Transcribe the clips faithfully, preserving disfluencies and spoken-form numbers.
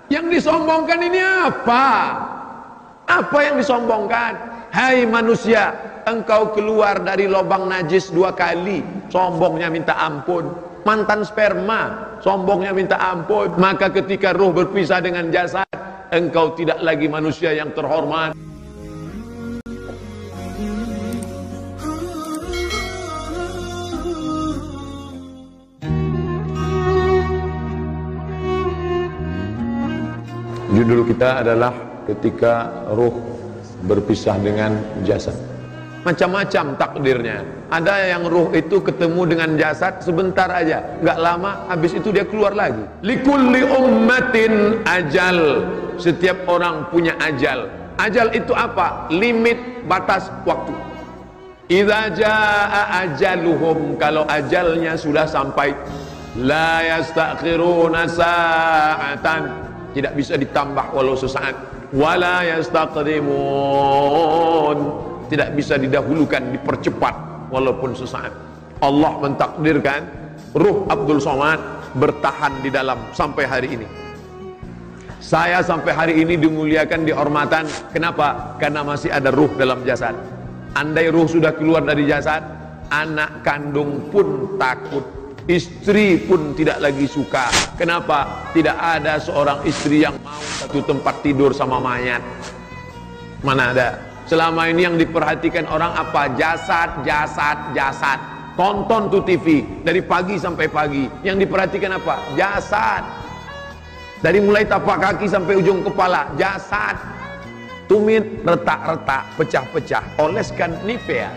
Yang disombongkan ini apa? Apa yang disombongkan? Hai manusia, engkau keluar dari lubang najis dua kali, sombongnya minta ampun. Mantan sperma, sombongnya minta ampun. Maka ketika ruh berpisah dengan jasad, engkau tidak lagi manusia yang terhormat. Judul kita adalah ketika ruh berpisah dengan jasad. Macam-macam takdirnya. Ada yang ruh itu ketemu dengan jasad sebentar aja, nggak lama, habis itu dia keluar lagi. Likulli ummatin ajal. Setiap orang punya ajal. Ajal itu apa? Limit batas waktu. Idza jaa ajaluhum, kalau ajalnya sudah sampai, la yastakhiruna sa'atan, tidak bisa ditambah walau sesaat, wala yastaqdimun, tidak bisa didahulukan, dipercepat walaupun sesaat. Allah mentakdirkan ruh Abdul Somad bertahan di dalam sampai hari ini. Saya sampai hari ini dimuliakan, dihormatan. Kenapa? Karena masih ada ruh dalam jasad. Andai ruh sudah keluar dari jasad, anak kandung pun takut, istri pun tidak lagi suka. Kenapa? Tidak ada seorang istri yang mau satu tempat tidur sama mayat. Mana ada? Selama ini yang diperhatikan orang apa? Jasad, jasad, jasad. Tonton tuh T V dari pagi sampai pagi. Yang diperhatikan apa? Jasad. Dari mulai tapak kaki sampai ujung kepala, jasad. Tumit, retak-retak, pecah-pecah, oleskan Nivea.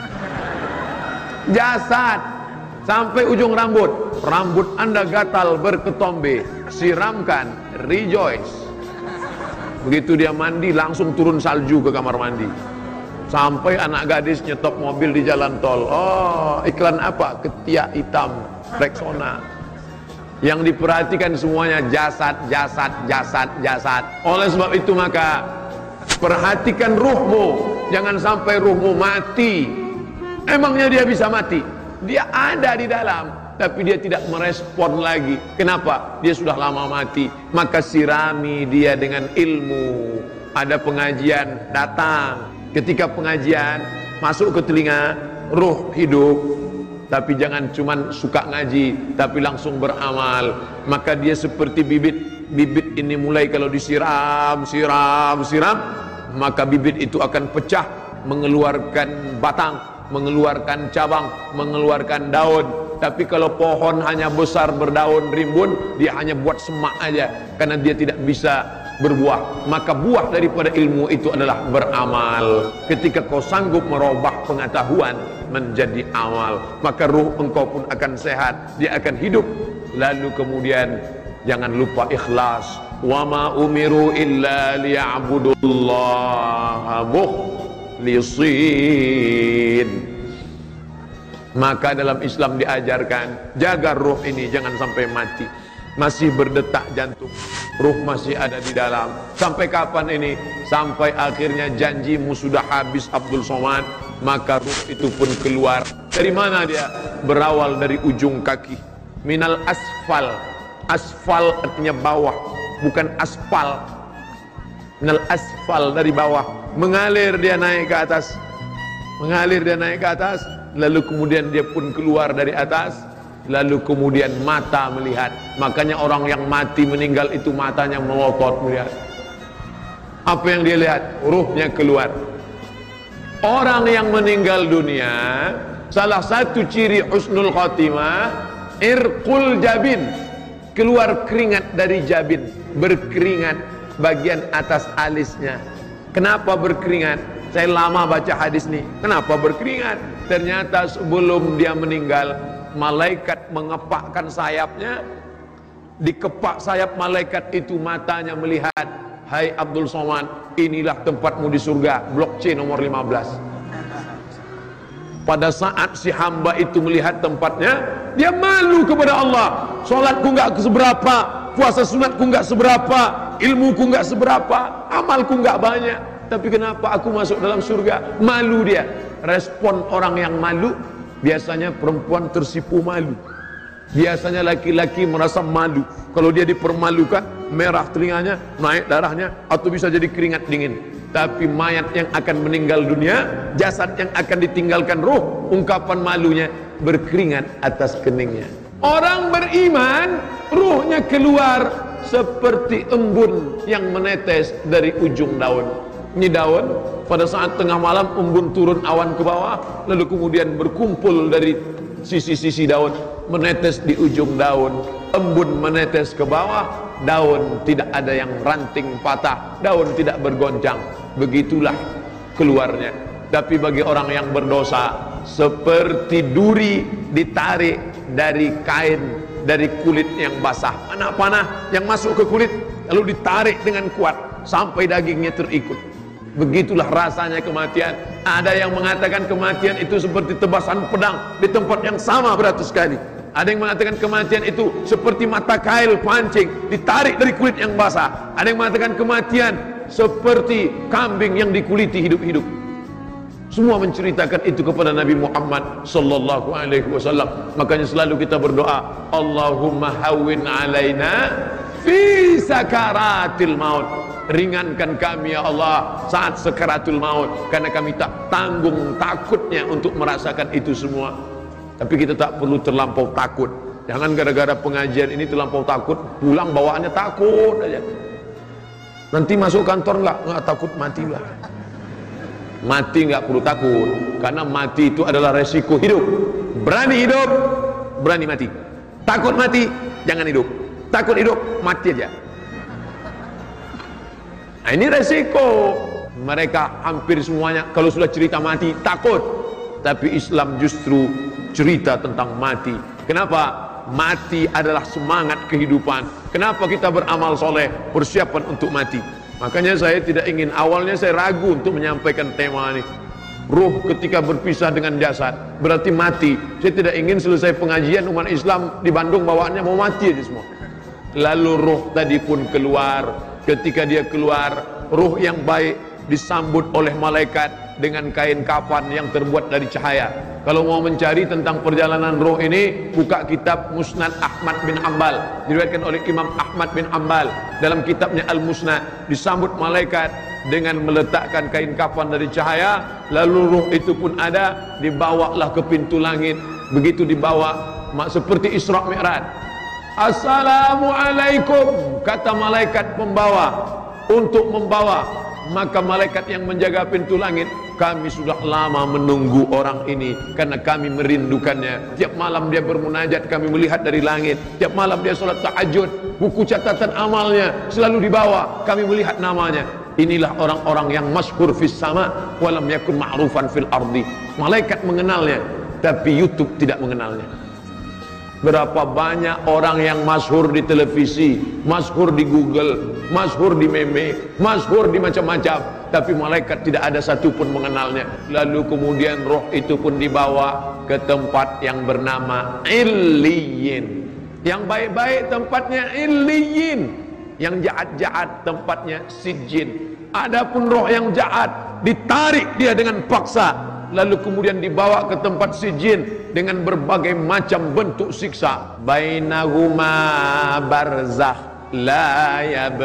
Jasad. Sampai ujung rambut, rambut Anda gatal berketombe, siramkan Rejoice. Begitu dia mandi, langsung turun salju ke kamar mandi. Sampai anak gadis nyetop mobil di jalan tol. Oh, iklan apa? Ketiak hitam Rexona. Yang diperhatikan semuanya jasad, jasad, jasad, jasad. Oleh sebab itu maka perhatikan ruhmu, jangan sampai ruhmu mati. Emangnya dia bisa mati? Dia ada di dalam, tapi dia tidak merespon lagi. Kenapa? Dia sudah lama mati. Maka sirami dia dengan ilmu. Ada pengajian, datang. Ketika pengajian masuk ke telinga, ruh hidup. Tapi jangan cuman suka ngaji, tapi langsung beramal. Maka dia seperti bibit. Bibit ini mulai kalau disiram, siram, siram, maka bibit itu akan pecah, mengeluarkan batang, mengeluarkan cabang, mengeluarkan daun. Tapi kalau pohon hanya besar berdaun rimbun, dia hanya buat semak aja, karena dia tidak bisa berbuah. Maka buah daripada ilmu itu adalah beramal. Ketika kau sanggup merubah pengetahuan menjadi amal, maka ruh engkau pun akan sehat, dia akan hidup. Lalu kemudian jangan lupa ikhlas. Wa ma umiru illa liya'budullaha mukhlisin. Maka dalam Islam diajarkan, jaga ruh ini jangan sampai mati. Masih berdetak jantung, ruh masih ada di dalam. Sampai kapan ini? Sampai akhirnya janjimu sudah habis Abdul Somad. Maka ruh itu pun keluar. Dari mana dia? Berawal dari ujung kaki. Minal asfal. Asfal artinya bawah, bukan aspal. Minal asfal, dari bawah. Mengalir dia naik ke atas. Mengalir dia naik ke atas. Lalu kemudian dia pun keluar dari atas. Lalu kemudian mata melihat. Makanya orang yang mati meninggal itu matanya melotot melihat. Apa yang dia lihat? Ruhnya keluar. Orang yang meninggal dunia, salah satu ciri husnul khotimah, irqul jabin, keluar keringat dari jabin, berkeringat bagian atas alisnya. Kenapa berkeringat? Saya lama baca hadis nih. Kenapa berkeringat? Ternyata sebelum dia meninggal, malaikat mengepakkan sayapnya. Dikepak sayap malaikat itu, matanya melihat, hai Abdul Somad, inilah tempatmu di surga, blok C nomor lima belas. Pada saat si hamba itu melihat tempatnya, dia malu kepada Allah. Sholatku nggak seberapa, puasa sunatku nggak seberapa, ilmuku nggak seberapa, amalku nggak banyak, tapi kenapa aku masuk dalam surga? Malu dia. Respon orang yang malu, biasanya perempuan tersipu malu, biasanya laki-laki merasa malu. Kalau dia dipermalukan, merah telinganya, naik darahnya, atau bisa jadi keringat dingin. Tapi mayat yang akan meninggal dunia, jasad yang akan ditinggalkan ruh, ungkapan malunya berkeringat atas keningnya. Orang beriman, ruhnya keluar seperti embun yang menetes dari ujung daun. Ini daun, pada saat tengah malam embun turun awan ke bawah, lalu kemudian berkumpul dari sisi-sisi daun, menetes di ujung daun. Embun menetes ke bawah, daun tidak ada yang ranting patah, daun tidak bergoncang. Begitulah keluarnya. Tapi bagi orang yang berdosa, seperti duri ditarik dari kain, dari kulit yang basah. Anak panah yang masuk ke kulit lalu ditarik dengan kuat sampai dagingnya terikut. Begitulah rasanya kematian. Ada yang mengatakan kematian itu seperti tebasan pedang di tempat yang sama beratus kali. Ada yang mengatakan kematian itu seperti mata kail pancing ditarik dari kulit yang basah. Ada yang mengatakan kematian seperti kambing yang dikuliti hidup-hidup. Semua menceritakan itu kepada Nabi Muhammad sallallahu alaihi wasallam. Makanya selalu kita berdoa, Allahumma hawwin alaina fi sakaratil maut. Ringankan kami ya Allah saat sakaratul maut, karena kami tak tanggung takutnya untuk merasakan itu semua. Tapi kita tak perlu terlampau takut. Jangan gara-gara pengajian ini terlampau takut, pulang bawaannya takut aja. Nanti masuk kantor enggak, enggak takut mati lah. Mati enggak perlu takut, karena mati itu adalah resiko hidup. Berani hidup, berani mati. Takut mati, jangan hidup. Takut hidup, mati aja. Nah, ini resiko. Mereka hampir semuanya kalau sudah cerita mati takut. Tapi Islam justru cerita tentang mati. Kenapa? Mati adalah semangat kehidupan. Kenapa kita beramal soleh, persiapan untuk mati? Makanya saya tidak ingin, awalnya saya ragu untuk menyampaikan tema ini. Ruh ketika berpisah dengan jasad berarti mati. Saya tidak ingin selesai pengajian umat Islam di Bandung bawaannya mau mati aja semua. Lalu ruh tadi pun keluar. Ketika dia keluar, ruh yang baik disambut oleh malaikat dengan kain kafan yang terbuat dari cahaya. Kalau mau mencari tentang perjalanan roh ini, buka kitab Musnad Ahmad bin Hanbal, diriwayatkan oleh Imam Ahmad bin Hanbal. Dalam kitabnya Al-Musnad, disambut malaikat dengan meletakkan kain kafan dari cahaya. Lalu roh itu pun ada, dibawalah ke pintu langit. Begitu dibawa, seperti Isra Mi'raj. Assalamualaikum, kata malaikat pembawa untuk membawa. Maka malaikat yang menjaga pintu langit, kami sudah lama menunggu orang ini karena kami merindukannya. Tiap malam dia bermunajat, kami melihat dari langit. Tiap malam dia sholat tahajud, buku catatan amalnya selalu dibawa, kami melihat namanya. Inilah orang-orang yang masyhur fis sama walam yakun ma'rufan fil ardi. Malaikat mengenalnya, tapi YouTube tidak mengenalnya. Berapa banyak orang yang masyhur di televisi, masyhur di Google, masyhur di meme, masyhur di macam-macam, tapi malaikat tidak ada satupun mengenalnya. Lalu kemudian roh itu pun dibawa ke tempat yang bernama Illiyin. Yang baik-baik tempatnya Illiyin, yang jahat-jahat tempatnya Sijjin. Adapun roh yang jahat ditarik dia dengan paksa, lalu kemudian dibawa ke tempat Sijjin dengan berbagai macam bentuk siksa. Bainahuma barzakh la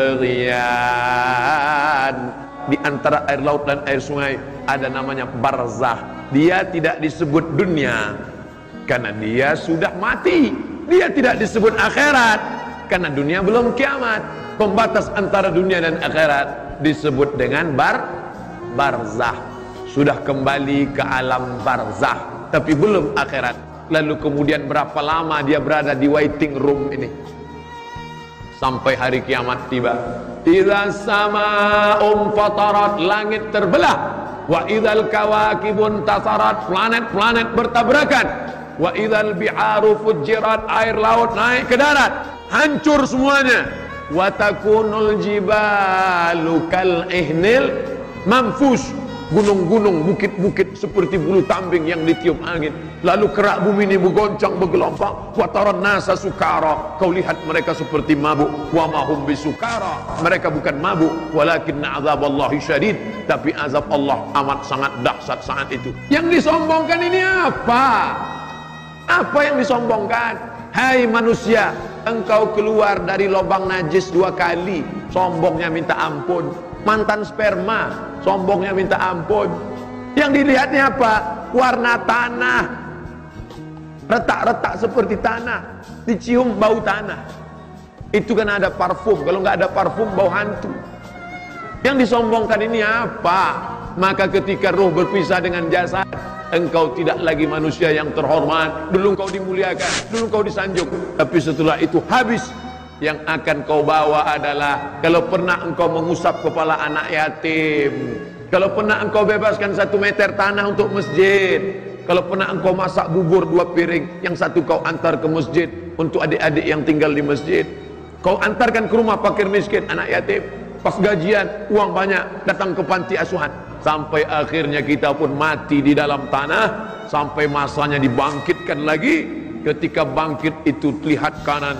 yabghiyan. Di antara air laut dan air sungai ada namanya barzakh. Dia tidak disebut dunia karena dia sudah mati. Dia tidak disebut akhirat karena dunia belum kiamat. Pembatas antara dunia dan akhirat disebut dengan bar barzakh. Sudah kembali ke alam barzakh tapi belum akhirat. Lalu kemudian berapa lama dia berada di waiting room ini sampai hari kiamat tiba. Idza samaa'un fatarat, langit terbelah. Wa idzal kawakibun tasarat, planet-planet bertabrakan. Wa idzal biharu fujirat, air laut naik ke darat, hancur semuanya. Wa takunul jibalu kal ihnil manfus, gunung-gunung, bukit-bukit seperti bulu tambing yang ditiup angin. Lalu kerak bumi ini bergoncang, bergelombang. Wa taran nasa sukara, kau lihat mereka seperti mabuk. Wa ma hum bisukara, mereka bukan mabuk. Walakinna azaballahi syadid, tapi azab Allah amat sangat dahsyat saat itu. Yang disombongkan ini apa? Apa yang disombongkan? Hai manusia, engkau keluar dari lubang najis dua kali, sombongnya minta ampun. Mantan sperma, sombongnya minta ampun. Yang dilihatnya apa? Warna tanah, retak-retak seperti tanah, dicium bau tanah. Itu kan ada parfum. Kalau nggak ada parfum, bau hantu. Yang disombongkan ini apa? Maka ketika roh berpisah dengan jasad, engkau tidak lagi manusia yang terhormat. Dulu engkau dimuliakan, dulu engkau disanjung, tapi setelah itu habis. Yang akan kau bawa adalah, kalau pernah engkau mengusap kepala anak yatim, kalau pernah engkau bebaskan satu meter tanah untuk masjid, kalau pernah engkau masak bubur dua piring, yang satu kau antar ke masjid untuk adik-adik yang tinggal di masjid, kau antarkan ke rumah fakir miskin, anak yatim. Pas gajian, uang banyak, datang ke panti asuhan. Sampai akhirnya kita pun mati di dalam tanah, sampai masanya dibangkitkan lagi. Ketika bangkit itu lihat kanan,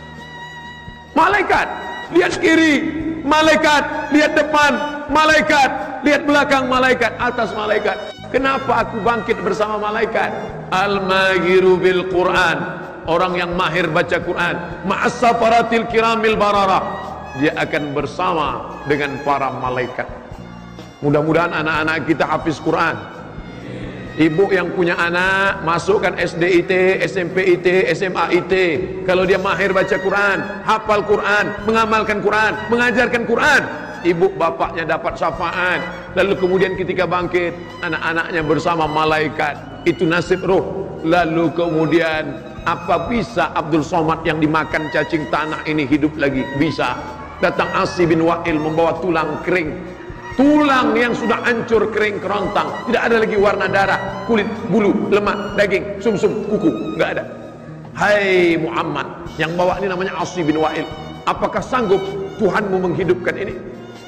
malaikat, lihat kiri, malaikat, lihat depan, malaikat, lihat belakang, malaikat, atas malaikat. Kenapa aku bangkit bersama malaikat? Al-mahiru bil Quran, orang yang mahir baca Quran, ma'as safaratil kiramil bararah, dia akan bersama dengan para malaikat. Mudah-mudahan anak-anak kita hafiz Quran. Ibu yang punya anak, masukkan S D I T, S M P I T, S M A I T. Kalau dia mahir baca Quran, hafal Quran, mengamalkan Quran, mengajarkan Quran, ibu bapaknya dapat syafaat. Lalu kemudian ketika bangkit, anak-anaknya bersama malaikat. Itu nasib roh. Lalu kemudian, apa bisa Abdul Somad yang dimakan cacing tanah ini hidup lagi? Bisa. Datang Asi bin Wa'il membawa tulang kering, tulang yang sudah hancur kering kerontang, tidak ada lagi warna darah, kulit, bulu, lemak, daging, sumsum, kuku, nggak ada. Hai Muhammad, yang bawa ini namanya Asi bin Wa'il, apakah sanggup Tuhanmu menghidupkan ini?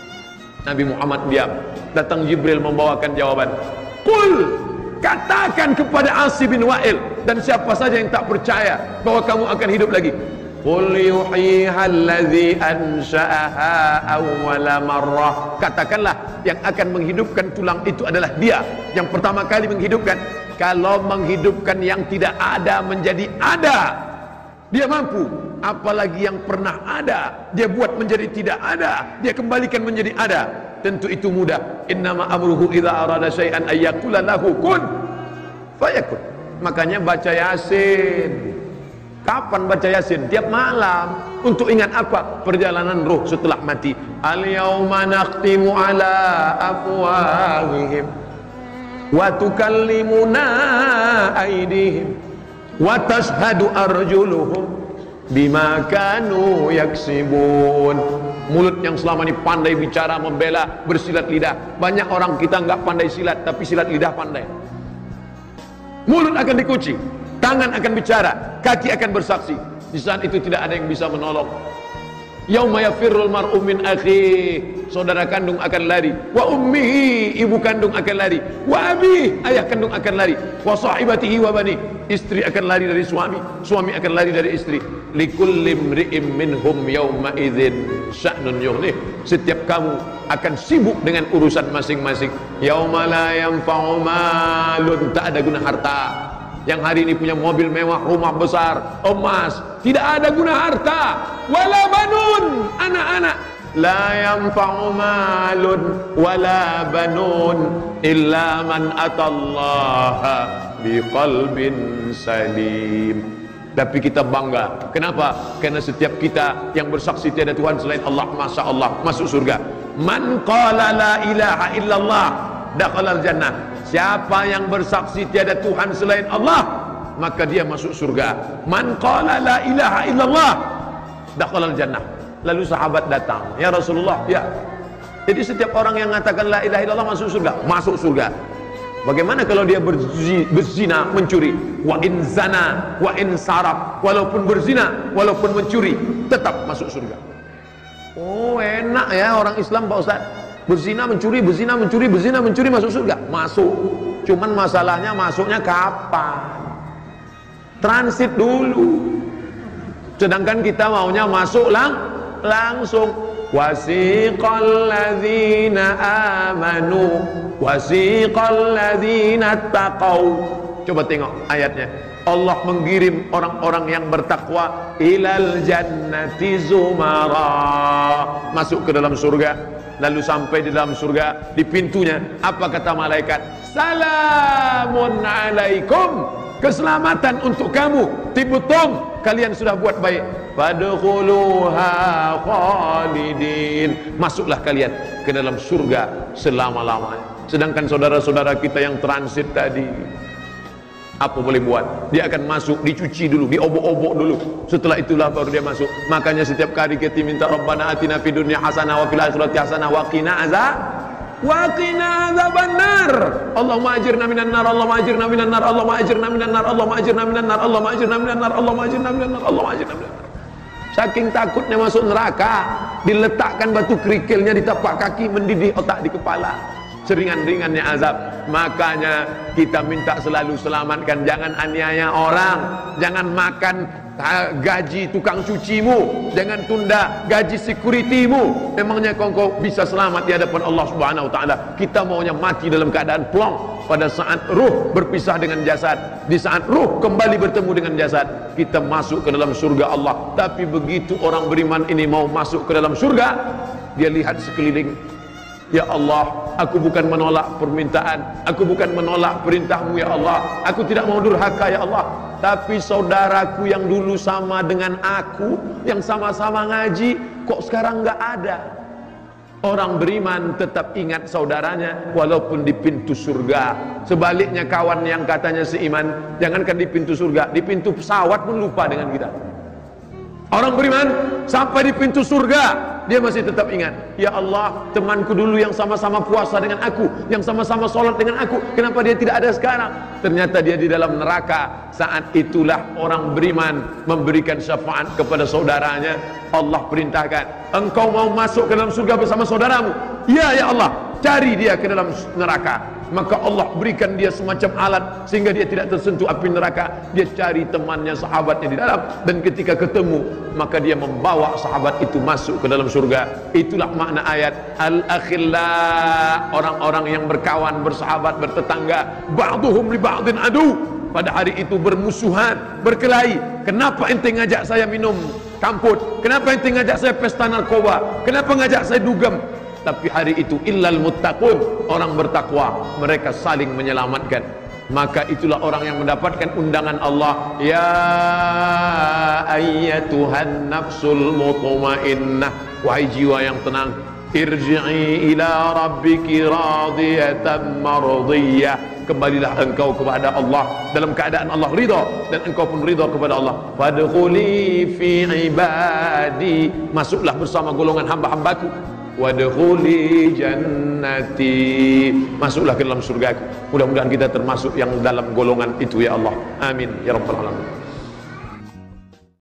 Nabi Muhammad diam. Datang Jibril membawakan jawaban. Qul, katakan kepada Asi bin Wa'il dan siapa saja yang tak percaya bahwa kamu akan hidup lagi. Qul yuhyiha alladhi ansha'aha awwala marrah. Katakanlah, yang akan menghidupkan tulang itu adalah Dia yang pertama kali menghidupkan. Kalau menghidupkan yang tidak ada menjadi ada, Dia mampu. Apalagi yang pernah ada, Dia buat menjadi tidak ada, Dia kembalikan menjadi ada. Tentu itu mudah. Innama amruhu idza arada syai'an ayyaqula lahu kun fayakun. Makanya baca Yasin. Kapan baca Yasin? Tiap malam. Untuk ingat apa? Perjalanan roh setelah mati. Al-yawma nakhtimu ala afwahihim wa tukallimuna aydihim wa tashhadu arjuluhum bima kanu yaksibun. Mulut yang selama ini pandai bicara, membela, bersilat lidah. Banyak orang kita nggak pandai silat, tapi silat lidah pandai. Mulut akan dikunci, tangan akan bicara, kaki akan bersaksi. Di saat itu tidak ada yang bisa menolong. Yauma yafirrul mar'u min akhihi, saudara kandung akan lari. Wa ummihi, ibu kandung akan lari. Wa abihi, ayah kandung akan lari. Wa sahibatihi wa bani, istri akan lari dari suami, suami akan lari dari istri. Likulli imri'im minhum yawma idzin sya'nun yughnih. Setiap kamu akan sibuk dengan urusan masing-masing. Yauma la yanfa'u malun, tak ada guna harta. Yang hari ini punya mobil mewah, rumah besar, emas, tidak ada guna harta. Wala banun, anak-anak. La yanfa'u malun wala banun illa man atallaha biqalbin salim. Tapi kita bangga. Kenapa? Karena setiap kita yang bersaksi tiada Tuhan selain Allah, Masya Allah, masuk surga. Man qala la ilaha illallah dakhalal jannah. Siapa yang bersaksi tiada Tuhan selain Allah, maka dia masuk surga. Man qala la ilaha illallah dakhalal jannah. Lalu sahabat datang, ya Rasulullah, ya. Jadi setiap orang yang mengatakan la ilaha illallah masuk surga, masuk surga. Bagaimana kalau dia berzina, mencuri? Wa in zana, wa in saraf, walaupun berzina, walaupun mencuri, tetap masuk surga. Oh, enak ya orang Islam Pak Ustaz. Berzina, mencuri, berzina, mencuri, berzina, mencuri, masuk surga. Masuk. Cuman masalahnya masuknya kapan? Transit dulu. Sedangkan kita maunya masuk lang langsung. Wasiqal ladzina amanu wasiqal ladzina taqau. Coba tengok ayatnya. Allah mengirim orang-orang yang bertakwa ilal jannati zumara, masuk ke dalam surga. Lalu sampai di dalam surga, di pintunya apa kata malaikat? Salamun alaikum, keselamatan untuk kamu, tibutom, kalian sudah buat baik. Fadkhuluha khalidin, masuklah kalian ke dalam surga selama-lamanya. Sedangkan saudara-saudara kita yang transit tadi, apa boleh buat? Dia akan masuk, dicuci dulu, diobok-obok dulu. Setelah itulah baru dia masuk. Makanya setiap kali kita minta Rabbana atina fid dunya hasanah wa fil akhirati hasanah wa qina azab wa qina azabannar. Allahumma ajirna minan nar, Allahumma ajirna minan nar, Allahumma ajirna minan nar, Allahumma ajirna minan nar, Allahumma ajirna minan nar, Allahumma ajirna minan nar, Allahumma ajirna minan nar. Saking takutnya masuk neraka, diletakkan batu kerikilnya di tapak kaki, mendidih otak di kepala. Seringan-ringannya azab. Makanya kita minta selalu selamatkan, jangan aniaya orang, jangan makan gaji tukang cucimu, jangan tunda gaji securitymu. Memangnya kau, kau bisa selamat di hadapan Allah Subhanahu wa taala? Kita maunya mati dalam keadaan plong. Pada saat ruh berpisah dengan jasad, di saat ruh kembali bertemu dengan jasad, kita masuk ke dalam surga Allah. Tapi begitu orang beriman ini mau masuk ke dalam surga, dia lihat sekeliling. Ya Allah, aku bukan menolak permintaan, aku bukan menolak perintahmu ya Allah, aku tidak mau durhaka ya Allah. Tapi saudaraku yang dulu sama dengan aku, yang sama-sama ngaji, kok sekarang nggak ada. Orang beriman tetap ingat saudaranya walaupun di pintu surga. Sebaliknya kawan yang katanya seiman, jangankan di pintu surga, di pintu pesawat pun lupa dengan kita. Orang beriman sampai di pintu surga, dia masih tetap ingat, ya Allah, temanku dulu yang sama-sama puasa dengan aku, yang sama-sama sholat dengan aku, kenapa dia tidak ada sekarang? Ternyata dia di dalam neraka. Saat itulah orang beriman memberikan syafaat kepada saudaranya. Allah perintahkan, engkau mau masuk ke dalam surga bersama saudaramu? Ya, ya Allah, cari dia ke dalam neraka. Maka Allah berikan dia semacam alat sehingga dia tidak tersentuh api neraka. Dia cari temannya, sahabatnya di dalam, dan ketika ketemu maka dia membawa sahabat itu masuk ke dalam surga. Itulah makna ayat al-akhilla, orang-orang yang berkawan, bersahabat, bertetangga. Ba'duhum li ba'din adu, pada hari itu bermusuhan, berkelahi. Kenapa ente ngajak saya minum kamput? Kenapa ente ngajak saya pesta narkoba? Kenapa ngajak saya dugem? Tapi hari itu illal muttaqun, orang bertakwa, mereka saling menyelamatkan. Maka itulah orang yang mendapatkan undangan Allah. Ya ayyatuhan nafsul mutmainnah, wahai jiwa yang tenang, irji'i ila rabbiki radiyatan mardiyah, kembalilah engkau kepada Allah dalam keadaan Allah ridha dan engkau pun ridha kepada Allah. Fadkhuli fi ibadi, masuklah bersama golongan hamba-hambaku. Wadkhuli jannati, masuklah ke dalam surgaku. Mudah-mudahan kita termasuk yang dalam golongan itu ya Allah. Amin ya rabbal alamin.